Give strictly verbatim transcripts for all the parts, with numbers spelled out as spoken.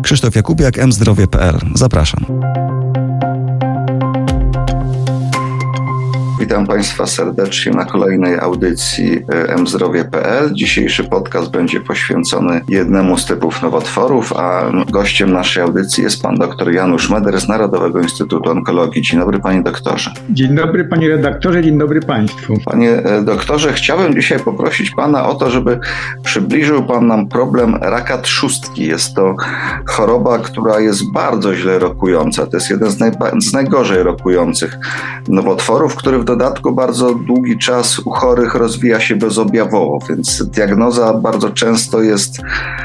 Krzysztof Jakubiak, m zdrowie kropka p l. Zapraszam. Witam Państwa serdecznie na kolejnej audycji m zdrowie kropka p l. Dzisiejszy podcast będzie poświęcony jednemu z typów nowotworów, a gościem naszej audycji jest pan dr Janusz Meder z Narodowego Instytutu Onkologii. Dzień dobry, panie doktorze. Dzień dobry, panie redaktorze, dzień dobry państwu. Panie doktorze, chciałbym dzisiaj poprosić pana o to, żeby przybliżył pan nam problem raka trzustki. Jest to choroba, która jest bardzo źle rokująca. To jest jeden z, najba- z najgorzej rokujących nowotworów, który w dodatku bardzo długi czas u chorych rozwija się bezobjawowo, więc diagnoza bardzo często jest,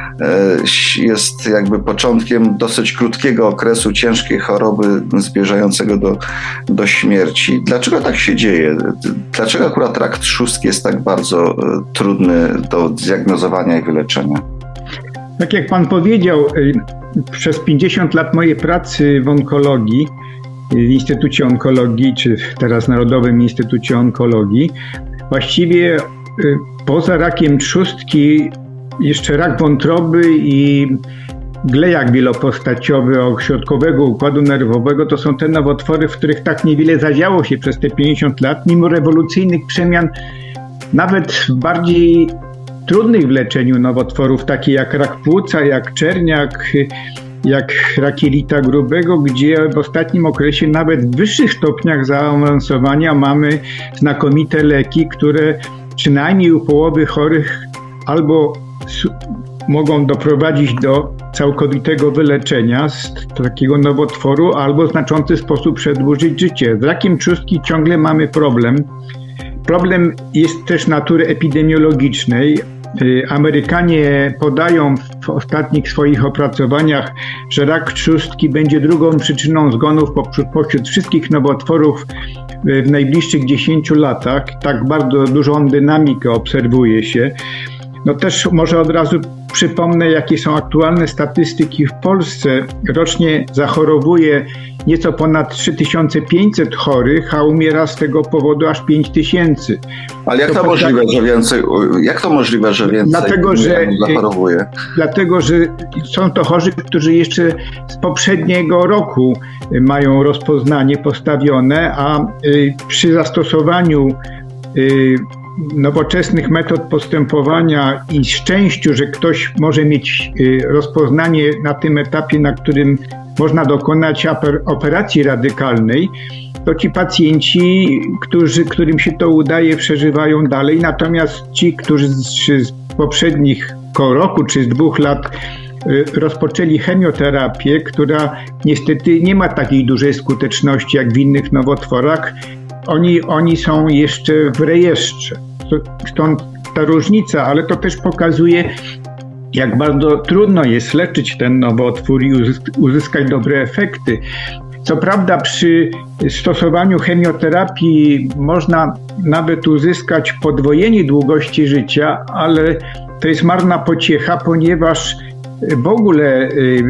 jest jakby początkiem dosyć krótkiego okresu ciężkiej choroby zmierzającego do, do śmierci. Dlaczego tak się dzieje? Dlaczego akurat rak trzustki jest tak bardzo trudny do zdiagnozowania i wyleczenia? Tak jak pan powiedział, przez pięćdziesiąt lat mojej pracy w onkologii, w Instytucie Onkologii, czy teraz Narodowym Instytucie Onkologii, właściwie poza rakiem trzustki jeszcze rak wątroby i glejak wielopostaciowy ośrodkowego układu nerwowego to są te nowotwory, w których tak niewiele zadziało się przez te pięćdziesiąt lat, mimo rewolucyjnych przemian, nawet w bardziej trudnych w leczeniu nowotworów, takie jak rak płuca, jak czerniak, jak rak jelita grubego, gdzie w ostatnim okresie nawet w wyższych stopniach zaawansowania mamy znakomite leki, które przynajmniej u połowy chorych albo mogą doprowadzić do całkowitego wyleczenia z takiego nowotworu, albo w znaczący sposób przedłużyć życie. Z rakiem trzustki ciągle mamy problem. Problem jest też natury epidemiologicznej. Amerykanie podają w ostatnich swoich opracowaniach, że rak trzustki będzie drugą przyczyną zgonów pośród wszystkich nowotworów w najbliższych dziesięciu latach. Tak bardzo dużą dynamikę obserwuje się. No też może od razu przypomnę, jakie są aktualne statystyki w Polsce. Rocznie zachorowuje nieco ponad trzy tysiące pięćset chorych, a umiera z tego powodu aż pięć tysięcy. Ale jak to, to możliwe, tak, że więcej, jak to możliwe, że więcej dlatego, że, zachorowuje? Dlatego, że są to chorzy, którzy jeszcze z poprzedniego roku mają rozpoznanie postawione, a przy zastosowaniu nowoczesnych metod postępowania i szczęściu, że ktoś może mieć rozpoznanie na tym etapie, na którym można dokonać operacji radykalnej, to ci pacjenci, którzy, którym się to udaje, przeżywają dalej, natomiast ci, którzy z, z poprzednich roku czy z dwóch lat rozpoczęli chemioterapię, która niestety nie ma takiej dużej skuteczności jak w innych nowotworach, Oni, oni są jeszcze w rejestrze. Stąd ta różnica, ale to też pokazuje, jak bardzo trudno jest leczyć ten nowotwór i uzyskać dobre efekty. Co prawda przy stosowaniu chemioterapii można nawet uzyskać podwojenie długości życia, ale to jest marna pociecha, ponieważ w ogóle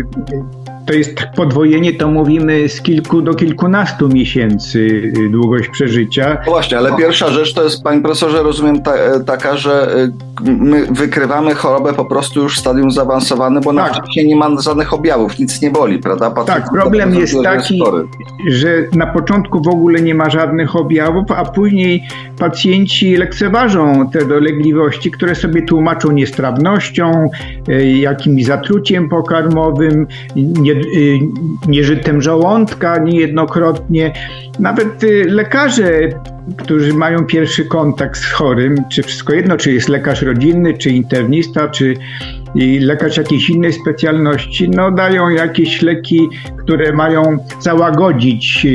to jest podwojenie, to mówimy z kilku do kilkunastu miesięcy długość przeżycia. No właśnie, ale pierwsza rzecz to jest, panie profesorze, rozumiem ta, taka, że my wykrywamy chorobę po prostu już w stadium zaawansowanym, bo tak. Na wcześniej nie ma żadnych objawów, nic nie boli, prawda? Pacjent tak, problem jest taki, że na początku w ogóle nie ma żadnych objawów, a później pacjenci lekceważą te dolegliwości, które sobie tłumaczą niestrawnością, jakimś zatruciem pokarmowym, nie nieżytem żołądka niejednokrotnie. Nawet lekarze, którzy mają pierwszy kontakt z chorym, czy wszystko jedno, czy jest lekarz rodzinny, czy internista, czy lekarz jakiejś innej specjalności, no dają jakieś leki, które mają załagodzić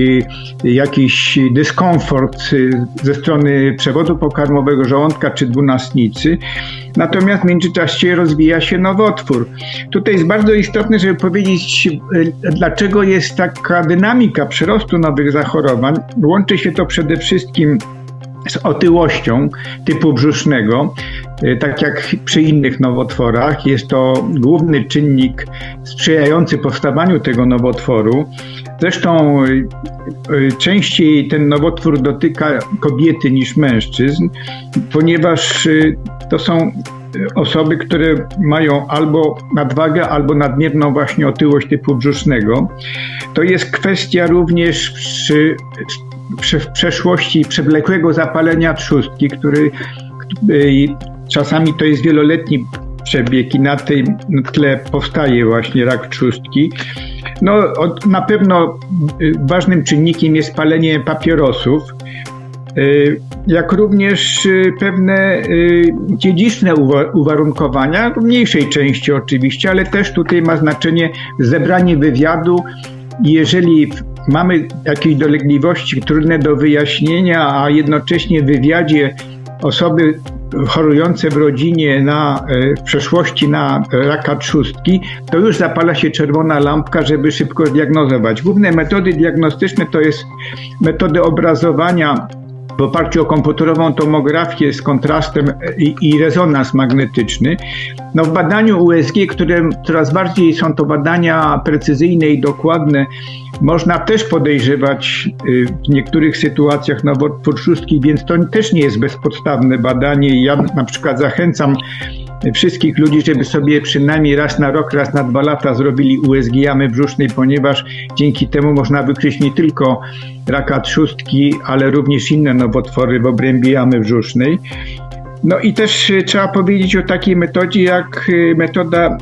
jakiś dyskomfort ze strony przewodu pokarmowego, żołądka czy dwunastnicy. Natomiast w międzyczasie rozwija się nowotwór. Tutaj jest bardzo istotne, żeby powiedzieć, dlaczego jest taka dynamika przyrostu nowych zachorowań. Łączy się to przede wszystkim z otyłością typu brzusznego, tak jak przy innych nowotworach. Jest to główny czynnik sprzyjający powstawaniu tego nowotworu. Zresztą częściej ten nowotwór dotyka kobiety niż mężczyzn, ponieważ to są osoby, które mają albo nadwagę, albo nadmierną właśnie otyłość typu brzusznego. To jest kwestia również przy, przy, w przeszłości przewlekłego zapalenia trzustki, który czasami to jest wieloletni przebieg i na tym tle powstaje właśnie rak trzustki. No, na pewno ważnym czynnikiem jest palenie papierosów, jak również pewne dziedziczne uwarunkowania, w mniejszej części oczywiście, ale też tutaj ma znaczenie zebranie wywiadu. Jeżeli mamy jakieś dolegliwości trudne do wyjaśnienia, a jednocześnie w wywiadzie osoby chorujące w rodzinie na, w przeszłości na raka trzustki, to już zapala się czerwona lampka, żeby szybko zdiagnozować. Główne metody diagnostyczne to jest metody obrazowania w oparciu o komputerową tomografię z kontrastem i, i rezonans magnetyczny. No w badaniu U S G, które coraz bardziej są to badania precyzyjne i dokładne, można też podejrzewać w niektórych sytuacjach nowotwór trzustki, więc to też nie jest bezpodstawne badanie. Ja na przykład zachęcam wszystkich ludzi, żeby sobie przynajmniej raz na rok, raz na dwa lata zrobili U S G jamy brzusznej, ponieważ dzięki temu można wykryć nie tylko raka trzustki, ale również inne nowotwory w obrębie jamy brzusznej. No i też trzeba powiedzieć o takiej metodzie jak metoda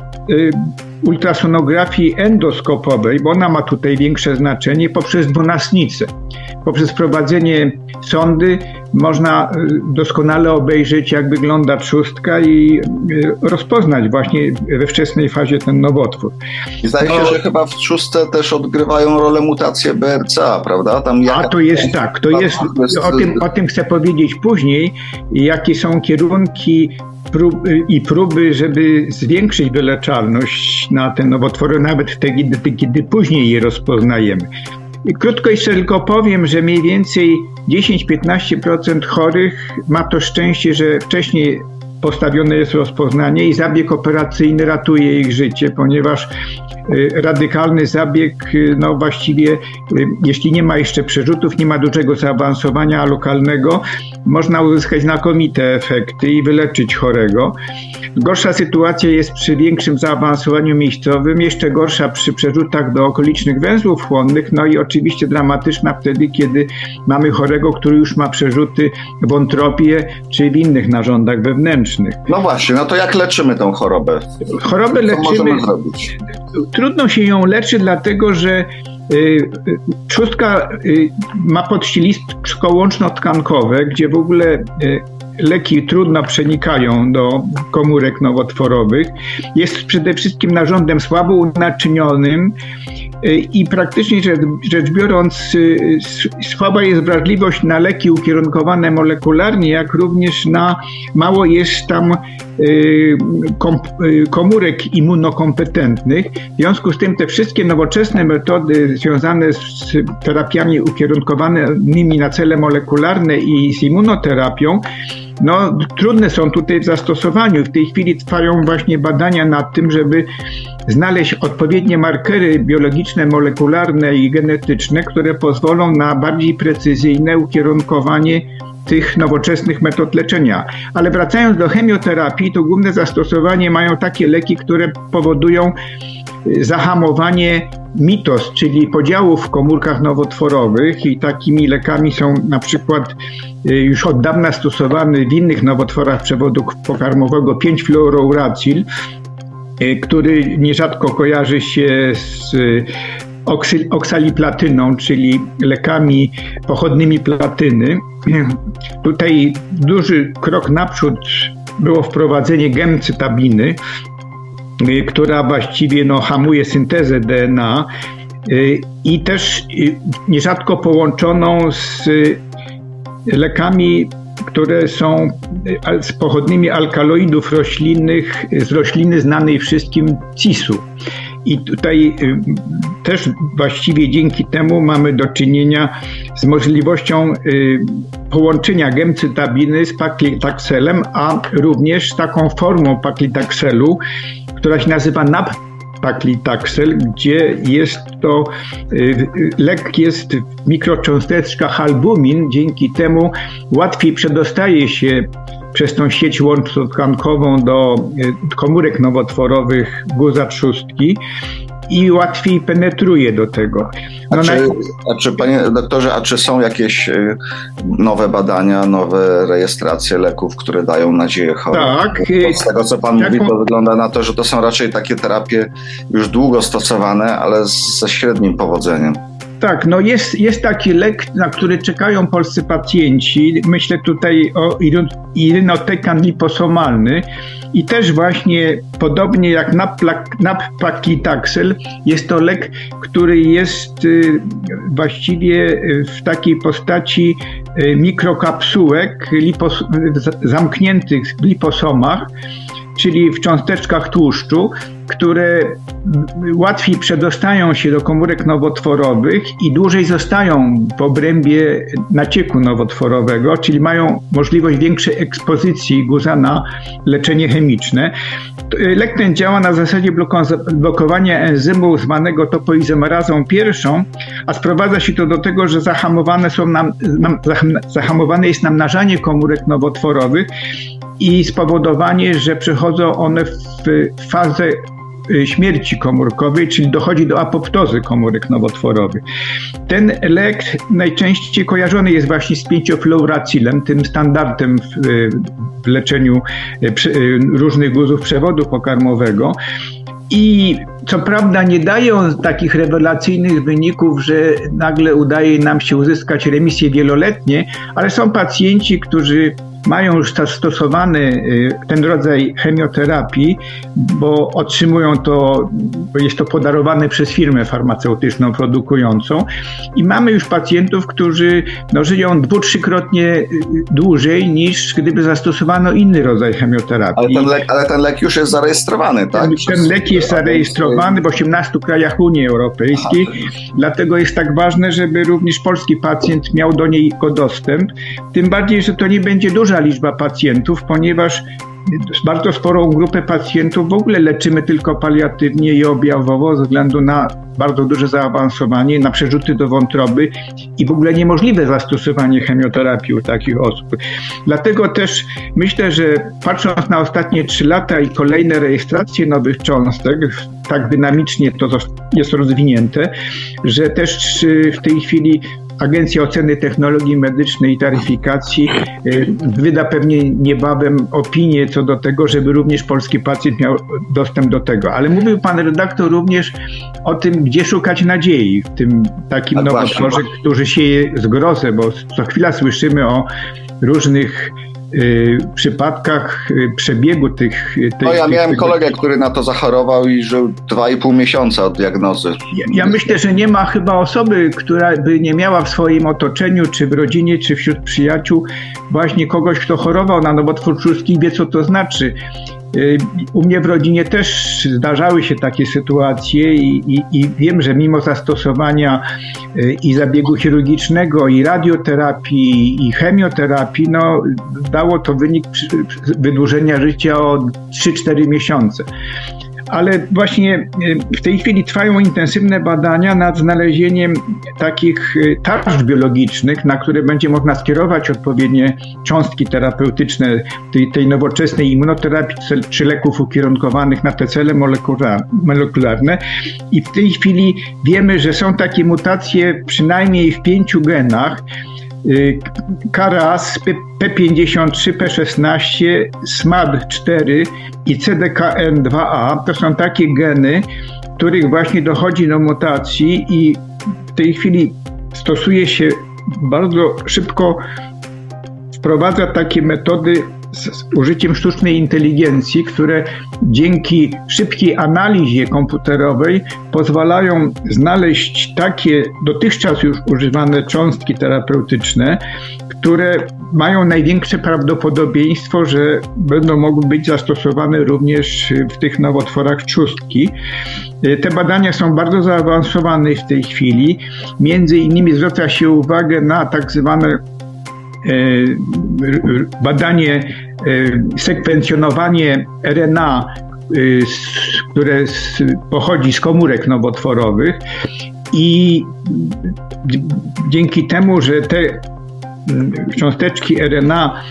ultrasonografii endoskopowej, bo ona ma tutaj większe znaczenie poprzez dwunastnicę. Poprzez wprowadzenie sondy można doskonale obejrzeć, jak wygląda trzustka i rozpoznać właśnie we wczesnej fazie ten nowotwór. I zdaje się, no, że chyba w trzustce też odgrywają rolę mutacje B R C A, prawda? Tam a to jest tak, to jest, o tym, o tym chcę powiedzieć później, jakie są kierunki Próby, i próby, żeby zwiększyć wyleczalność na te nowotwory, nawet wtedy, kiedy później je rozpoznajemy. I krótko jeszcze tylko powiem, że mniej więcej dziesięć do piętnastu procent chorych ma to szczęście, że wcześniej postawione jest rozpoznanie i zabieg operacyjny ratuje ich życie, ponieważ radykalny zabieg, no właściwie jeśli nie ma jeszcze przerzutów, nie ma dużego zaawansowania lokalnego, można uzyskać znakomite efekty i wyleczyć chorego. Gorsza sytuacja jest przy większym zaawansowaniu miejscowym, jeszcze gorsza przy przerzutach do okolicznych węzłów chłonnych, no i oczywiście dramatyczna wtedy, kiedy mamy chorego, który już ma przerzuty w wątrobie czy w innych narządach wewnętrznych. No właśnie, no to jak leczymy tą chorobę? Chorobę leczymy. Co możemy zrobić? Trudno się ją leczy, dlatego że y, trzustka y, ma podścielistko łączno-tkankowe, gdzie w ogóle y, leki trudno przenikają do komórek nowotworowych. Jest przede wszystkim narządem słabo unaczynianym y, i praktycznie rzecz, rzecz biorąc y, słaba jest wrażliwość na leki ukierunkowane molekularnie, jak również na mało jest tam komórek immunokompetentnych. W związku z tym te wszystkie nowoczesne metody związane z terapiami ukierunkowanymi na cele molekularne i z immunoterapią, no trudne są tutaj w zastosowaniu. W tej chwili trwają właśnie badania nad tym, żeby znaleźć odpowiednie markery biologiczne, molekularne i genetyczne, które pozwolą na bardziej precyzyjne ukierunkowanie tych nowoczesnych metod leczenia. Ale wracając do chemioterapii, to główne zastosowanie mają takie leki, które powodują zahamowanie mitos, czyli podziałów w komórkach nowotworowych i takimi lekami są na przykład już od dawna stosowany w innych nowotworach przewodu pokarmowego pięć fluorouracil, który nierzadko kojarzy się z oksaliplatyną, czyli lekami pochodnymi platyny. Tutaj duży krok naprzód było wprowadzenie gemcytabiny, która właściwie no, hamuje syntezę D N A i też nierzadko połączoną z lekami, które są z pochodnymi alkaloidów roślinnych z rośliny znanej wszystkim cisu. I tutaj też właściwie dzięki temu mamy do czynienia z możliwością połączenia gemcytabiny z paklitaxelem, a również taką formą paklitaxelu, która się nazywa nab-paklitaxel, gdzie jest to lek jest w mikrocząsteczkach albumin, dzięki temu łatwiej przedostaje się przez tą sieć łączno-tkankową do komórek nowotworowych guza trzustki i łatwiej penetruje do tego. No a, czy, na... a czy, panie doktorze, a czy są jakieś nowe badania, nowe rejestracje leków, które dają nadzieję chorym? Tak. Z tego, co pan taką... mówi, to wygląda na to, że to są raczej takie terapie już długo stosowane, ale ze średnim powodzeniem. Tak, no jest, jest taki lek, na który czekają polscy pacjenci. Myślę tutaj o irynotekan liposomalny i też właśnie podobnie jak nab-paclitaxel jest to lek, który jest właściwie w takiej postaci mikrokapsułek lipos, zamkniętych w liposomach, czyli w cząsteczkach tłuszczu, które łatwiej przedostają się do komórek nowotworowych i dłużej zostają w obrębie nacieku nowotworowego, czyli mają możliwość większej ekspozycji guza na leczenie chemiczne. Lek ten działa na zasadzie blokowania enzymu zwanego topoizomerazą pierwszą, a sprowadza się to do tego, że zahamowane, są nam, nam, zahamowane jest namnażanie komórek nowotworowych i spowodowanie, że przechodzą one w fazę śmierci komórkowej, czyli dochodzi do apoptozy komórek nowotworowych. Ten lek najczęściej kojarzony jest właśnie z pięciofluoracilem, tym standardem w, w leczeniu różnych guzów przewodu pokarmowego. I co prawda nie dają takich rewelacyjnych wyników, że nagle udaje nam się uzyskać remisje wieloletnie, ale są pacjenci, którzy mają już stosowany ten rodzaj chemioterapii, bo otrzymują to, bo jest to podarowane przez firmę farmaceutyczną produkującą i mamy już pacjentów, którzy no, żyją dwu-, trzykrotnie dłużej niż gdyby zastosowano inny rodzaj chemioterapii. Ale ten lek, ale ten lek już jest zarejestrowany, tak? Ten, ten lek jest zarejestrowany w osiemnastu krajach Unii Europejskiej, Aha. Dlatego jest tak ważne, żeby również polski pacjent miał do niego dostęp, tym bardziej, że to nie będzie duża liczba pacjentów, ponieważ bardzo sporą grupę pacjentów w ogóle leczymy tylko paliatywnie i objawowo ze względu na bardzo duże zaawansowanie, na przerzuty do wątroby i w ogóle niemożliwe zastosowanie chemioterapii u takich osób. Dlatego też myślę, że patrząc na ostatnie trzy lata i kolejne rejestracje nowych cząstek, tak dynamicznie to jest rozwinięte, że też w tej chwili Agencja Oceny Technologii Medycznej i Taryfikacji wyda pewnie niebawem opinię co do tego, żeby również polski pacjent miał dostęp do tego. Ale mówił pan redaktor również o tym, gdzie szukać nadziei w tym takim nowotworze, który sieje zgrozę, bo co chwila słyszymy o różnych y, przypadkach y, przebiegu tych... tych no ja tych, miałem tych, kolegę, który na to zachorował i żył dwa i pół miesiąca od diagnozy. Ja, ja myślę, że nie ma chyba osoby, która by nie miała w swoim otoczeniu, czy w rodzinie, czy wśród przyjaciół właśnie kogoś, kto chorował na nowotwór trzustki i wie, co to znaczy. U mnie w rodzinie też zdarzały się takie sytuacje i, i, i wiem, że mimo zastosowania i zabiegu chirurgicznego, i radioterapii, i chemioterapii, no, dało to wynik wydłużenia życia o trzy cztery miesiące. Ale właśnie w tej chwili trwają intensywne badania nad znalezieniem takich tarcz biologicznych, na które będzie można skierować odpowiednie cząstki terapeutyczne tej, tej nowoczesnej immunoterapii czy leków ukierunkowanych na te cele molekularne. I w tej chwili wiemy, że są takie mutacje przynajmniej w pięciu genach, K R A S, P pięćdziesiąt trzy, P szesnaście, S M A D cztery i C D K N dwa A. To są takie geny, w których właśnie dochodzi do mutacji i w tej chwili stosuje się bardzo szybko, wprowadza takie metody z użyciem sztucznej inteligencji, które dzięki szybkiej analizie komputerowej pozwalają znaleźć takie dotychczas już używane cząstki terapeutyczne, które mają największe prawdopodobieństwo, że będą mogły być zastosowane również w tych nowotworach trzustki. Te badania są bardzo zaawansowane w tej chwili. Między innymi zwraca się uwagę na tak zwane badanie, sekwencjonowanie R N A, które pochodzi z komórek nowotworowych i dzięki temu, że te cząsteczki R N A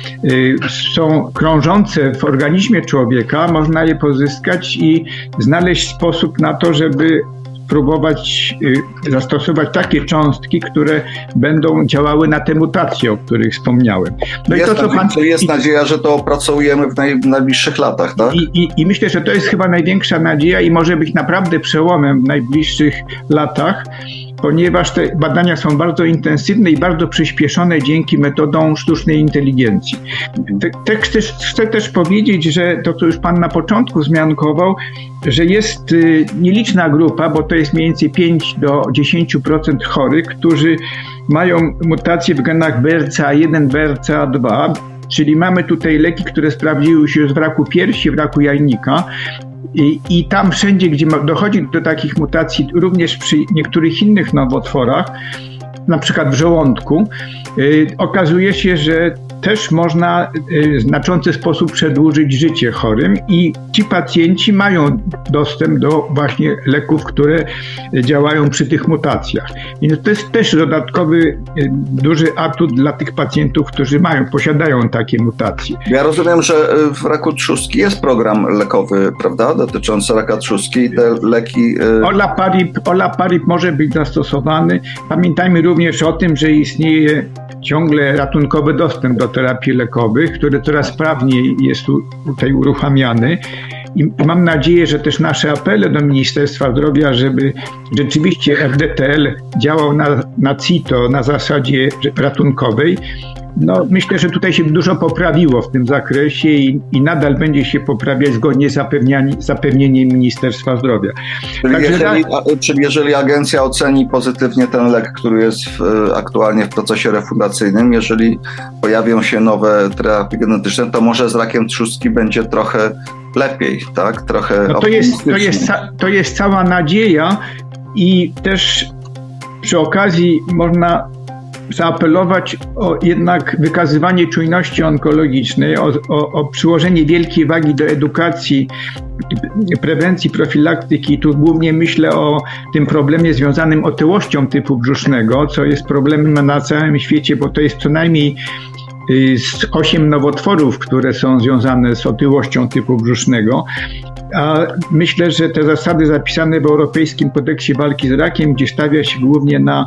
są krążące w organizmie człowieka, można je pozyskać i znaleźć sposób na to, żeby próbować zastosować takie cząstki, które będą działały na te mutacje, o których wspomniałem. No jest, i to, co pan... jest nadzieja, że to opracujemy w naj, najbliższych latach, tak? I, i, I myślę, że to jest chyba największa nadzieja i może być naprawdę przełomem w najbliższych latach, ponieważ te badania są bardzo intensywne i bardzo przyspieszone dzięki metodom sztucznej inteligencji. Te, te chcę, chcę też powiedzieć, że to, co już pan na początku wzmiankował, że jest y, nieliczna grupa, bo to jest mniej więcej pięć do dziesięciu procent chorych, którzy mają mutacje w genach B R C A jeden, B R C A dwa, czyli mamy tutaj leki, które sprawdziły się już w raku piersi, w raku jajnika. I, I tam wszędzie, gdzie dochodzi do takich mutacji, również przy niektórych innych nowotworach, na przykład w żołądku, yy, okazuje się, że też można w znaczący sposób przedłużyć życie chorym i ci pacjenci mają dostęp do właśnie leków, które działają przy tych mutacjach. Więc to jest też dodatkowy duży atut dla tych pacjentów, którzy mają, posiadają takie mutacje. Ja rozumiem, że w raku trzustki jest program lekowy, prawda, dotyczący raka trzustki i te leki... Olaparib, Olaparib może być zastosowany. Pamiętajmy również o tym, że istnieje ciągle ratunkowy dostęp do terapii lekowych, który coraz sprawniej jest tutaj uruchamiany. I mam nadzieję, że też nasze apele do Ministerstwa Zdrowia, żeby rzeczywiście F D T L działał na, na CITO, na zasadzie ratunkowej. No, myślę, że tutaj się dużo poprawiło w tym zakresie i, i nadal będzie się poprawiać zgodnie z zapewnieniem Ministerstwa Zdrowia. Czyli, Także jeżeli, a, czyli jeżeli agencja oceni pozytywnie ten lek, który jest w, aktualnie w procesie refundacyjnym, jeżeli pojawią się nowe terapie genetyczne, to może z rakiem trzustki będzie trochę lepiej, tak? Trochę no to jest, to jest, to jest cała nadzieja i też przy okazji można zaapelować o jednak wykazywanie czujności onkologicznej, o, o, o przyłożenie wielkiej wagi do edukacji, prewencji, profilaktyki. Tu głównie myślę o tym problemie związanym otyłością typu brzusznego, co jest problemem na całym świecie, bo to jest co najmniej z osiem nowotworów, które są związane z otyłością typu brzusznego. A myślę, że te zasady zapisane w Europejskim Kodeksie Walki z Rakiem, gdzie stawia się głównie na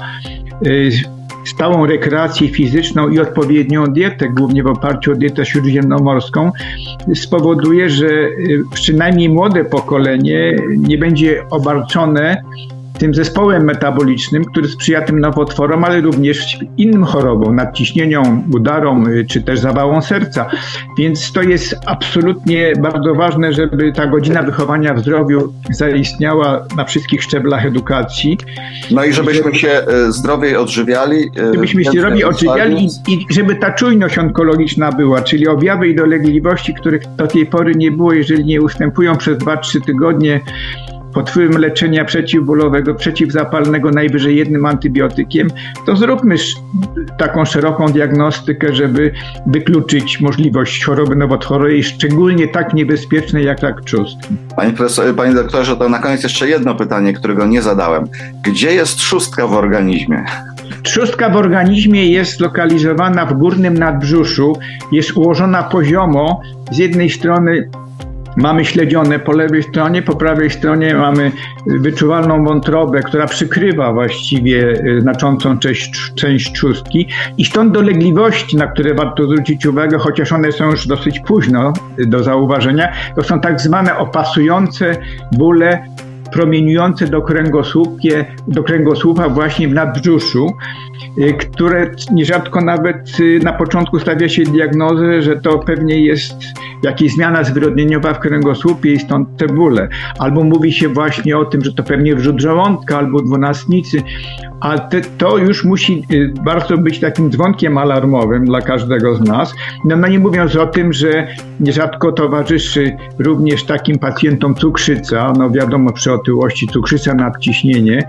stałą rekreację fizyczną i odpowiednią dietę, głównie w oparciu o dietę śródziemnomorską, spowoduje, że przynajmniej młode pokolenie nie będzie obarczone tym zespołem metabolicznym, który sprzyja tym nowotworom, ale również innym chorobom, nadciśnieniom, udarom, czy też zawałom serca. Więc to jest absolutnie bardzo ważne, żeby ta godzina wychowania w zdrowiu zaistniała na wszystkich szczeblach edukacji. No i żebyśmy się zdrowiej odżywiali. Żebyśmy się zdrowiej odżywiali i, i żeby ta czujność onkologiczna była, czyli objawy i dolegliwości, których do tej pory nie było, jeżeli nie ustępują przez dwa trzy tygodnie, pod wpływem leczenia przeciwbólowego, przeciwzapalnego najwyżej jednym antybiotykiem, to zróbmy taką szeroką diagnostykę, żeby wykluczyć możliwość choroby nowotworowej, szczególnie tak niebezpiecznej jak rak trzustki. Panie profesorze, panie doktorze, to na koniec jeszcze jedno pytanie, którego nie zadałem. Gdzie jest trzustka w organizmie? Trzustka w organizmie jest lokalizowana w górnym nadbrzuszu, jest ułożona poziomo. Z jednej strony mamy śledzione po lewej stronie, po prawej stronie mamy wyczuwalną wątrobę, która przykrywa właściwie znaczącą część, część trzustki i stąd dolegliwości, na które warto zwrócić uwagę, chociaż one są już dosyć późno do zauważenia, to są tak zwane opasujące bóle promieniujące do kręgosłupie, do kręgosłupa właśnie w nadbrzuszu, które nierzadko nawet na początku stawia się diagnozę, że to pewnie jest jakaś zmiana zwyrodnieniowa w kręgosłupie i stąd te bóle. Albo mówi się właśnie o tym, że to pewnie wrzód żołądka albo dwunastnicy, a te, to już musi bardzo być takim dzwonkiem alarmowym dla każdego z nas. No, no nie mówiąc o tym, że nierzadko towarzyszy również takim pacjentom cukrzyca, no wiadomo przy otyłości cukrzyca, nadciśnienie.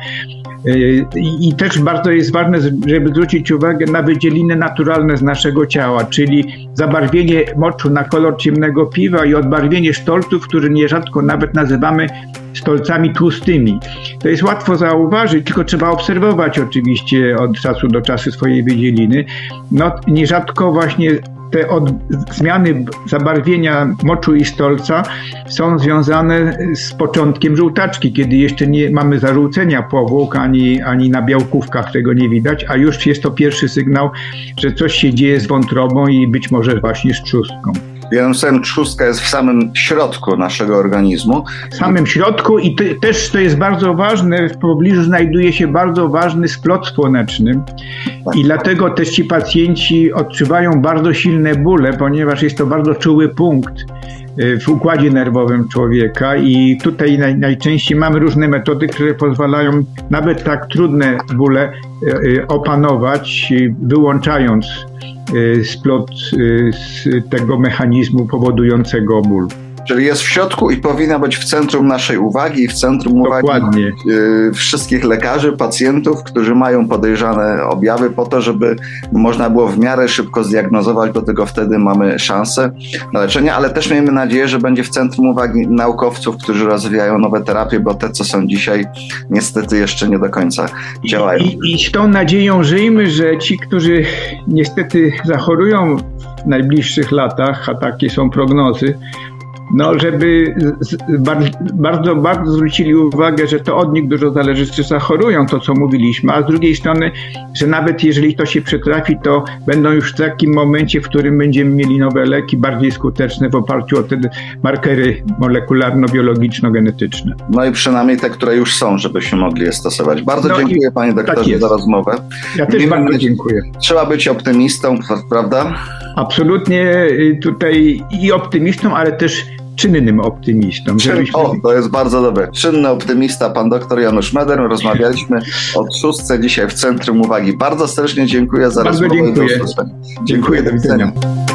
I też bardzo jest ważne, żeby zwrócić uwagę na wydzieliny naturalne z naszego ciała, czyli zabarwienie moczu na kolor ciemnego piwa i odbarwienie sztolców, które nierzadko nawet nazywamy stolcami tłustymi. To jest łatwo zauważyć, tylko trzeba obserwować oczywiście od czasu do czasu swojej wydzieliny. No, nierzadko właśnie te od, zmiany zabarwienia moczu i stolca są związane z początkiem żółtaczki, kiedy jeszcze nie mamy zażółcenia powłok, ani, ani na białkówkach tego nie widać, a już jest to pierwszy sygnał, że coś się dzieje z wątrobą i być może właśnie z trzustką. Jednym słowem, trzustka jest w samym środku naszego organizmu. W samym środku i to, też to jest bardzo ważne, w pobliżu znajduje się bardzo ważny splot słoneczny tak. I dlatego też ci pacjenci odczuwają bardzo silne bóle, ponieważ jest to bardzo czuły punkt w układzie nerwowym człowieka i tutaj naj, najczęściej mamy różne metody, które pozwalają nawet tak trudne bóle opanować, wyłączając splot z tego mechanizmu powodującego ból. Czyli jest w środku i powinna być w centrum naszej uwagi i w centrum Dokładnie. uwagi y, wszystkich lekarzy, pacjentów, którzy mają podejrzane objawy po to, żeby można było w miarę szybko zdiagnozować, bo tylko wtedy mamy szansę na leczenie, ale też miejmy nadzieję, że będzie w centrum uwagi naukowców, którzy rozwijają nowe terapie, bo te, co są dzisiaj, niestety jeszcze nie do końca działają. I, i, i z tą nadzieją żyjmy, że ci, którzy niestety zachorują w najbliższych latach, a takie są prognozy, no, żeby z, bar, bardzo, bardzo zwrócili uwagę, że to od nich dużo zależy, czy zachorują, to co mówiliśmy, a z drugiej strony, że nawet jeżeli to się przytrafi, to będą już w takim momencie, w którym będziemy mieli nowe leki, bardziej skuteczne w oparciu o te markery molekularno-biologiczno-genetyczne. No i przynajmniej te, które już są, żebyśmy mogli je stosować. Bardzo no dziękuję i, panie doktorze tak za rozmowę. Ja też Mimo bardzo dziękuję. Trzeba być optymistą, prawda? Absolutnie tutaj i optymistą, ale też czynnym optymistą. Żebyśmy... O, to jest bardzo dobre. Czynny optymista, pan doktor Janusz Meder. Rozmawialiśmy o trzustce dzisiaj w centrum uwagi. Bardzo serdecznie dziękuję za bardzo rozmowę. Dziękuję. Do usłyszenia. Dziękuję, do widzenia.